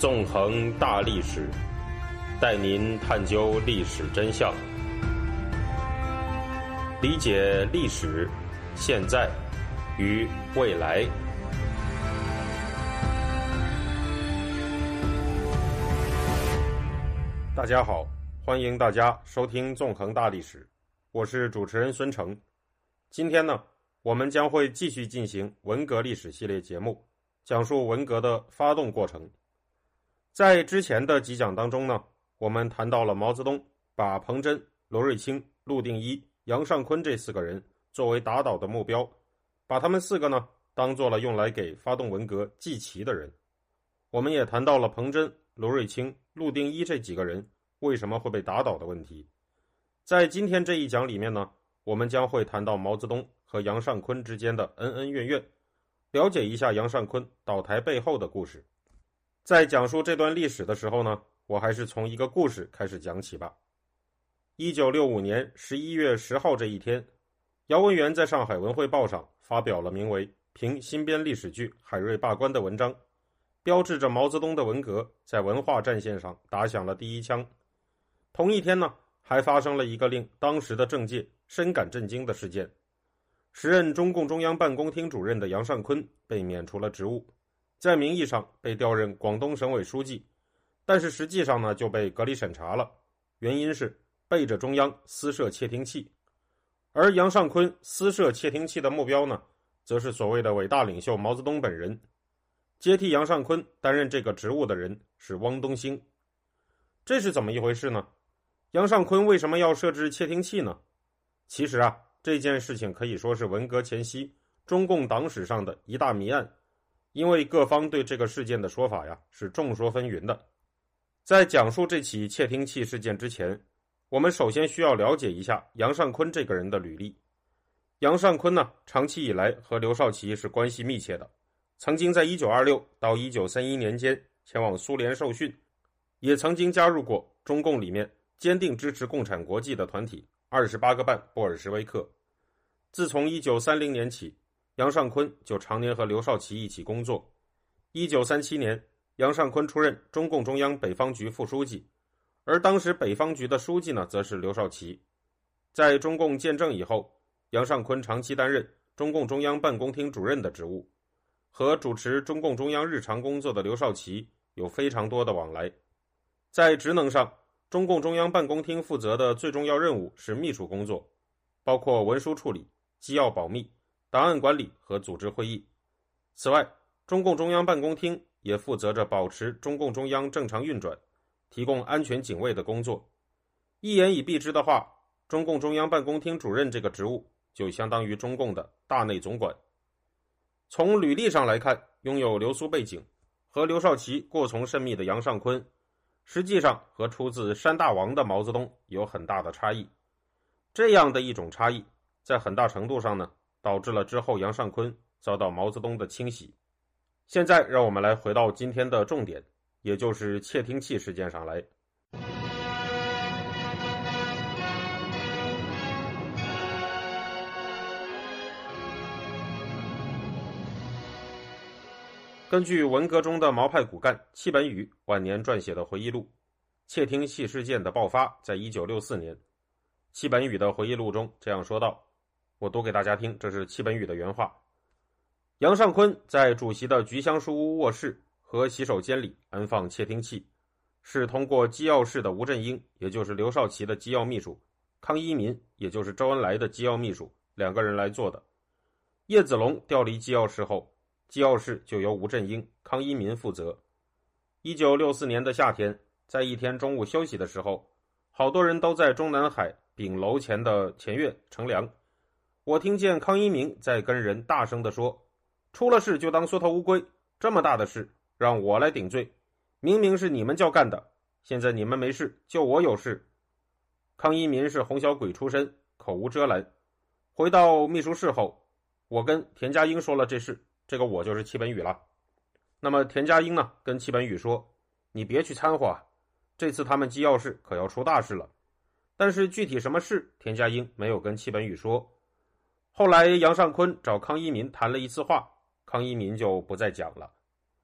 纵横大历史，带您探究历史真相，理解历史、现在与未来。大家好，欢迎大家收听纵横大历史，我是主持人孙成。今天呢，我们将会继续进行文革历史系列节目，讲述文革的发动过程。在之前的几讲当中呢，我们谈到了毛泽东把彭真、罗瑞卿、陆定一、杨尚昆这4个人作为打倒的目标，把他们4个呢当做了用来给发动文革祭旗的人。我们也谈到了彭真、罗瑞卿、陆定一这几个人为什么会被打倒的问题。在今天这一讲里面呢，我们将会谈到毛泽东和杨尚昆之间的恩恩怨怨，了解一下杨尚昆倒台背后的故事。在讲述这段历史的时候呢，我还是从一个故事开始讲起吧。1965年11月10号这一天，姚文元在上海文汇报上发表了名为《评新编历史剧海瑞罢官》的文章，标志着毛泽东的文革在文化战线上打响了第一枪。同一天呢，还发生了一个令当时的政界深感震惊的事件，时任中共中央办公厅主任的杨尚昆被免除了职务，在名义上被调任广东省委书记，但是实际上呢就被隔离审查了，原因是背着中央私设窃听器。而杨尚昆私设窃听器的目标呢，则是所谓的伟大领袖毛泽东本人。接替杨尚昆担任这个职务的人是汪东兴。这是怎么一回事呢？杨尚昆为什么要设置窃听器呢？其实啊，这件事情可以说是文革前夕中共党史上的一大谜案，因为各方对这个事件的说法呀是众说纷纭的。在讲述这起窃听器事件之前，我们首先需要了解一下杨尚昆这个人的履历。杨尚昆呢，长期以来和刘少奇是关系密切的，曾经在1926到1931年间前往苏联受训，也曾经加入过中共里面坚定支持共产国际的团体28个半布尔什维克。自从1930年起，杨尚昆就常年和刘少奇一起工作。1937年，杨尚昆出任中共中央北方局副书记，而当时北方局的书记呢，则是刘少奇。在中共建政以后，杨尚昆长期担任中共中央办公厅主任的职务，和主持中共中央日常工作的刘少奇有非常多的往来。在职能上，中共中央办公厅负责的最重要任务是秘书工作，包括文书处理、机要保密、档案管理和组织会议。此外，中共中央办公厅也负责着保持中共中央正常运转，提供安全警卫的工作。一言以蔽之的话，中共中央办公厅主任这个职务就相当于中共的大内总管。从履历上来看，拥有留苏背景，和刘少奇过从甚密的杨尚昆，实际上和出自山大王的毛泽东有很大的差异。这样的一种差异，在很大程度上呢，导致了之后杨尚昆遭到毛泽东的清洗。现在让我们来回到今天的重点，也就是窃听器事件上来。根据文革中的毛派骨干戚本禹晚年撰写的回忆录，窃听器事件的爆发在1964年。戚本禹的回忆录中这样说道，我读给大家听，这是戚本禹的原话。杨尚昆在主席的菊香书屋卧室和洗手间里安放窃听器，是通过机要室的吴振英，也就是刘少奇的机要秘书，康一民，也就是周恩来的机要秘书，2个人来做的。叶子龙调离机要室后，机要室就由吴振英、康一民负责。1964年的夏天，在一天中午休息的时候，好多人都在中南海丙楼前的前院乘凉。我听见康一民在跟人大声地说，出了事就当缩头乌龟，这么大的事让我来顶罪，明明是你们叫干的，现在你们没事，就我有事。康一民是红小鬼出身，口无遮拦。回到秘书室后，我跟田家英说了这事，这个我就是戚本禹了。那么田家英呢，跟戚本禹说，你别去掺和啊，这次他们机要室可要出大事了。但是具体什么事，田家英没有跟戚本禹说。后来杨尚昆找康一民谈了一次话，康一民就不再讲了。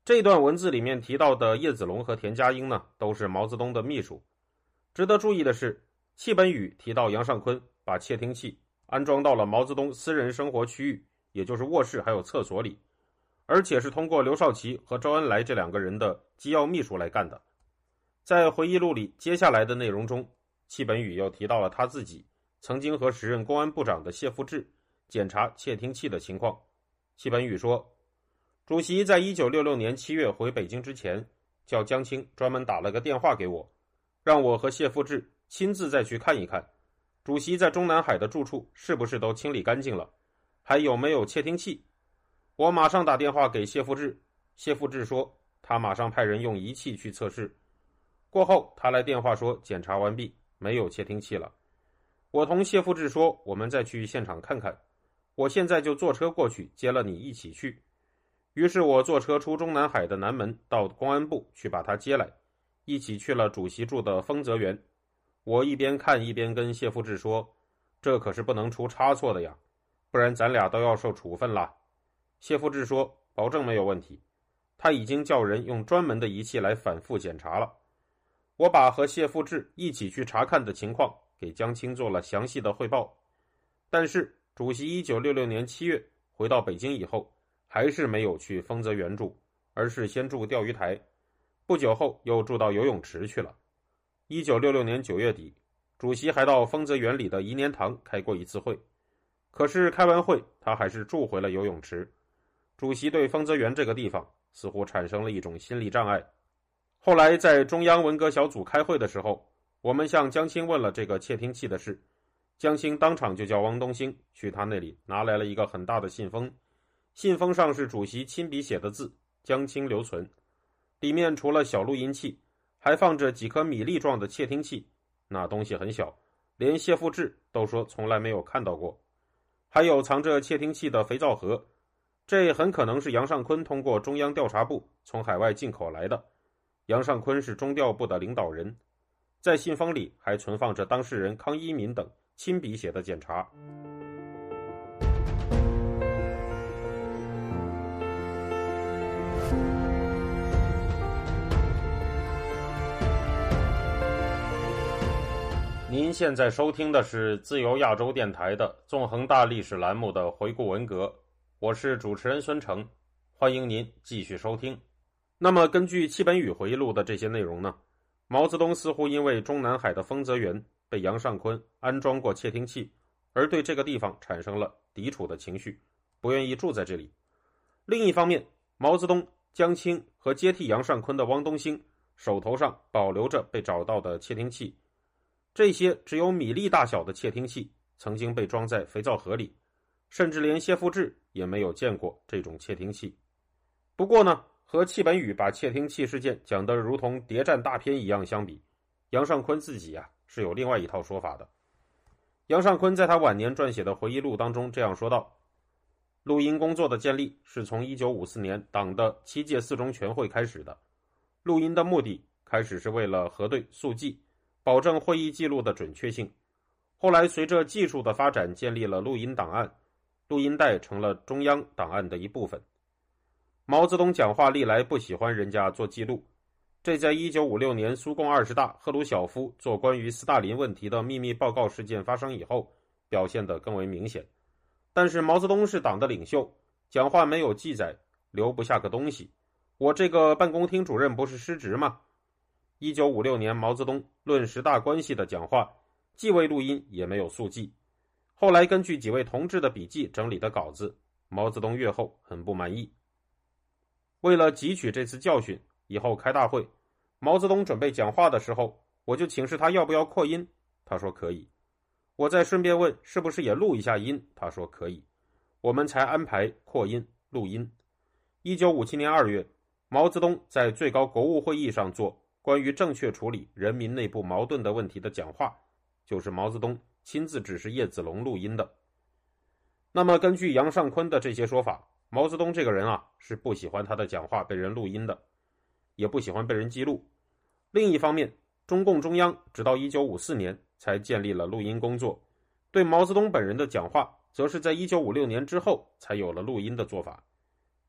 这段文字里面提到的叶子龙和田家英呢，都是毛泽东的秘书。值得注意的是，戚本禹提到杨尚昆把窃听器安装到了毛泽东私人生活区域，也就是卧室还有厕所里，而且是通过刘少奇和周恩来这两个人的机要秘书来干的。在回忆录里接下来的内容中，戚本禹又提到了他自己曾经和时任公安部长的谢富治检查窃听器的情况。戚本禹说，主席在1966年7月回北京之前，叫江青专门打了个电话给我，让我和谢富治亲自再去看一看，主席在中南海的住处是不是都清理干净了，还有没有窃听器。我马上打电话给谢富治，谢富治说他马上派人用仪器去测试。过后他来电话说检查完毕，没有窃听器了。我同谢富治说我们再去现场看看，我现在就坐车过去接了你一起去。于是我坐车出中南海的南门到公安部去把他接来，一起去了主席住的丰泽园。我一边看一边跟谢富治说，这可是不能出差错的呀，不然咱俩都要受处分了。谢富治说保证没有问题，他已经叫人用专门的仪器来反复检查了。我把和谢富治一起去查看的情况给江青做了详细的汇报。但是主席1966年7月回到北京以后，还是没有去丰泽园住，而是先住钓鱼台，不久后又住到游泳池去了。1966年9月底，主席还到丰泽园里的颐年堂开过一次会，可是开完会他还是住回了游泳池。主席对丰泽园这个地方似乎产生了一种心理障碍。后来在中央文革小组开会的时候，我们向江青问了这个窃听器的事，江青当场就叫汪东兴去他那里拿来了一个很大的信封，信封上是主席亲笔写的字，江青留存。里面除了小录音器，还放着几颗米粒状的窃听器，那东西很小，连谢富治都说从来没有看到过。还有藏着窃听器的肥皂盒，这很可能是杨尚昆通过中央调查部从海外进口来的。杨尚昆是中调部的领导人，在信封里还存放着当事人康一民等亲笔写的检查。您现在收听的是自由亚洲电台的纵横大历史栏目的回顾文革，我是主持人孙成，欢迎您继续收听。那么根据戚本禹回忆录的这些内容呢，毛泽东似乎因为中南海的丰泽园被杨尚昆安装过窃听器，而对这个地方产生了抵触的情绪，不愿意住在这里。另一方面，毛泽东、江青和接替杨尚昆的汪东兴手头上保留着被找到的窃听器，这些只有米粒大小的窃听器曾经被装在肥皂盒里，甚至连谢富治也没有见过这种窃听器。不过呢，和戚本禹把窃听器事件讲得如同谍战大片一样相比，杨尚昆自己是有另外一套说法的。杨尚昆在他晚年撰写的回忆录当中这样说道，录音工作的建立是从1954年党的7届四中全会开始的。录音的目的开始是为了核对速记，保证会议记录的准确性。后来随着技术的发展，建立了录音档案，录音带成了中央档案的一部分。毛泽东讲话历来不喜欢人家做记录，这在1956年苏共20大赫鲁晓夫做关于斯大林问题的秘密报告事件发生以后表现得更为明显。但是毛泽东是党的领袖，讲话没有记载，留不下个东西。我这个办公厅主任不是失职吗？1956年毛泽东论十大关系的讲话，既未录音也没有速记。后来根据几位同志的笔记整理的稿子，毛泽东阅后很不满意。为了汲取这次教训，以后开大会，毛泽东准备讲话的时候，我就请示他要不要扩音，他说可以。我再顺便问是不是也录一下音，他说可以。我们才安排扩音录音。1957年2月，毛泽东在最高国务会议上做关于正确处理人民内部矛盾的问题的讲话，就是毛泽东亲自指示叶子龙录音的。那么根据杨尚昆的这些说法，毛泽东这个人是不喜欢他的讲话被人录音的，也不喜欢被人记录。另一方面，中共中央直到1954年才建立了录音工作，对毛泽东本人的讲话则是在1956年之后才有了录音的做法。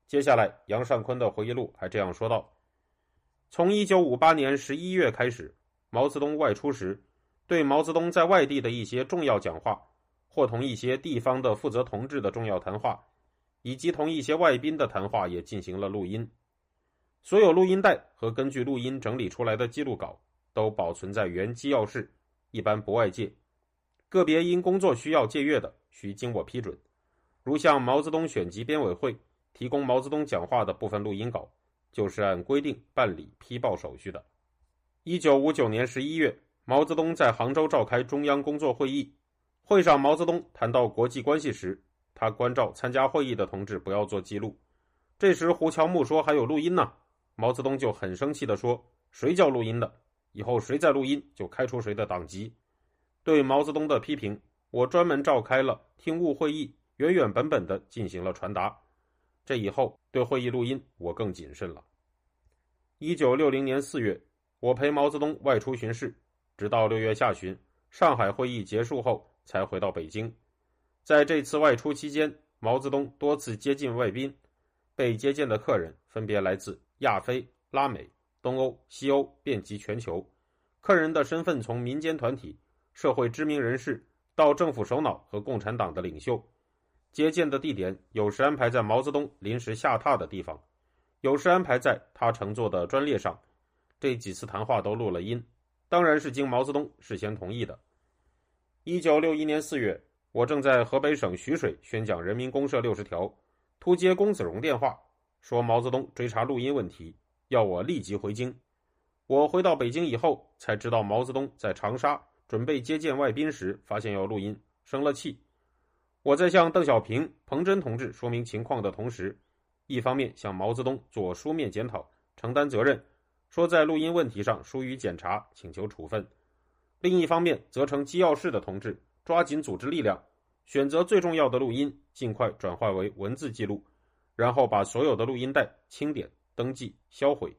接下来，杨尚昆的回忆录还这样说道：从1958年11月开始，毛泽东外出时，对毛泽东在外地的一些重要讲话，或同一些地方的负责同志的重要谈话，以及同一些外宾的谈话也进行了录音。所有录音带和根据录音整理出来的记录稿都保存在原机要室，一般不外借。个别因工作需要借阅的，需经我批准。如向毛泽东选集编委会提供毛泽东讲话的部分录音稿，就是按规定办理批报手续的。1959年11月，毛泽东在杭州召开中央工作会议，会上毛泽东谈到国际关系时，他关照参加会议的同志不要做记录。这时胡乔木说还有录音呢，毛泽东就很生气地说，谁叫录音的？以后谁再录音就开除谁的党籍。对毛泽东的批评，我专门召开了听务会议，原原本本地进行了传达。这以后对会议录音我更谨慎了。1960年4月，我陪毛泽东外出巡视，直到6月下旬，上海会议结束后才回到北京。在这次外出期间，毛泽东多次接近外宾，被接见的客人分别来自亚非、拉美、东欧、西欧，遍及全球。客人的身份从民间团体、社会知名人士到政府首脑和共产党的领袖。接见的地点有时安排在毛泽东临时下榻的地方，有时安排在他乘坐的专列上。这几次谈话都录了音，当然是经毛泽东事先同意的。1961年4月，我正在河北省徐水宣讲人民公社60条，突接龚子荣电话，说毛泽东追查录音问题，要我立即回京。我回到北京以后，才知道毛泽东在长沙准备接见外宾时发现要录音，生了气。我在向邓小平、彭真同志说明情况的同时，一方面向毛泽东做书面检讨，承担责任，说在录音问题上疏于检查，请求处分；另一方面责成机要室的同志抓紧组织力量，选择最重要的录音，尽快转化为文字记录，然后把所有的录音带清点、登记、销毁。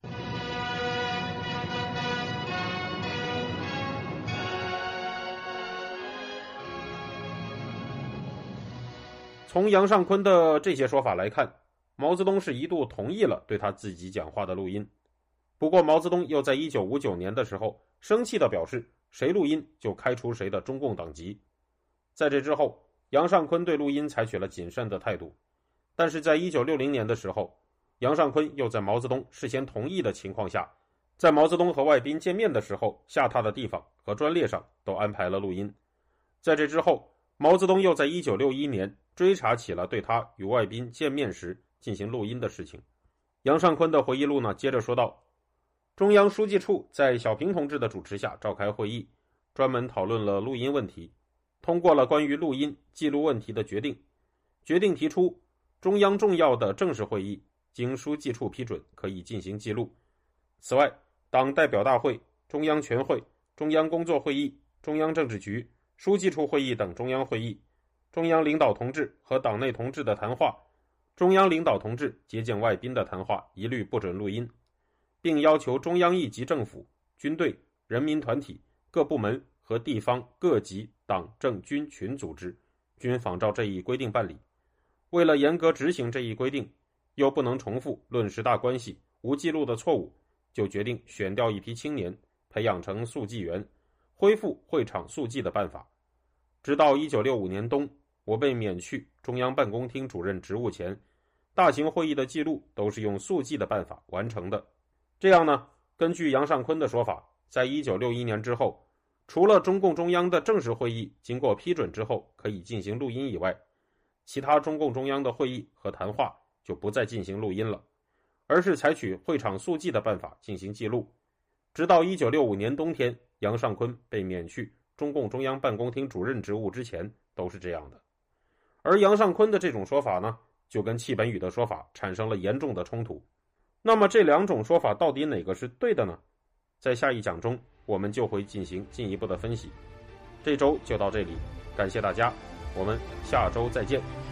从杨尚昆的这些说法来看，毛泽东是一度同意了对他自己讲话的录音。不过毛泽东又在1959年的时候生气地表示，谁录音就开除谁的中共党籍。在这之后，杨尚昆对录音采取了谨慎的态度。但是在1960年的时候，杨尚昆又在毛泽东事先同意的情况下，在毛泽东和外宾见面的时候下榻的地方和专列上都安排了录音。在这之后，毛泽东又在1961年追查起了对他与外宾见面时进行录音的事情。杨尚昆的回忆录呢，接着说道，中央书记处在小平同志的主持下召开会议，专门讨论了录音问题，通过了关于录音记录问题的决定。决定提出，中央重要的正式会议经书记处批准可以进行记录。此外，党代表大会、中央全会、中央工作会议、中央政治局、书记处会议等中央会议，中央领导同志和党内同志的谈话，中央领导同志接见外宾的谈话一律不准录音，并要求中央一级政府、军队、人民团体、各部门和地方各级党政军群组织均仿照这一规定办理。为了严格执行这一规定，又不能重复论十大关系无记录的错误，就决定选调一批青年，培养成速记员，恢复会场速记的办法。直到1965年冬，我被免去中央办公厅主任职务前，大型会议的记录都是用速记的办法完成的。这样呢，根据杨尚昆的说法，在1961年之后，除了中共中央的正式会议经过批准之后可以进行录音以外，其他中共中央的会议和谈话就不再进行录音了，而是采取会场速记的办法进行记录。直到1965年冬天，杨尚昆被免去中共中央办公厅主任职务之前都是这样的。而杨尚昆的这种说法呢，就跟戚本禹的说法产生了严重的冲突。那么这两种说法到底哪个是对的呢？在下一讲中我们就会进行进一步的分析。这周就到这里，感谢大家，我们下周再见。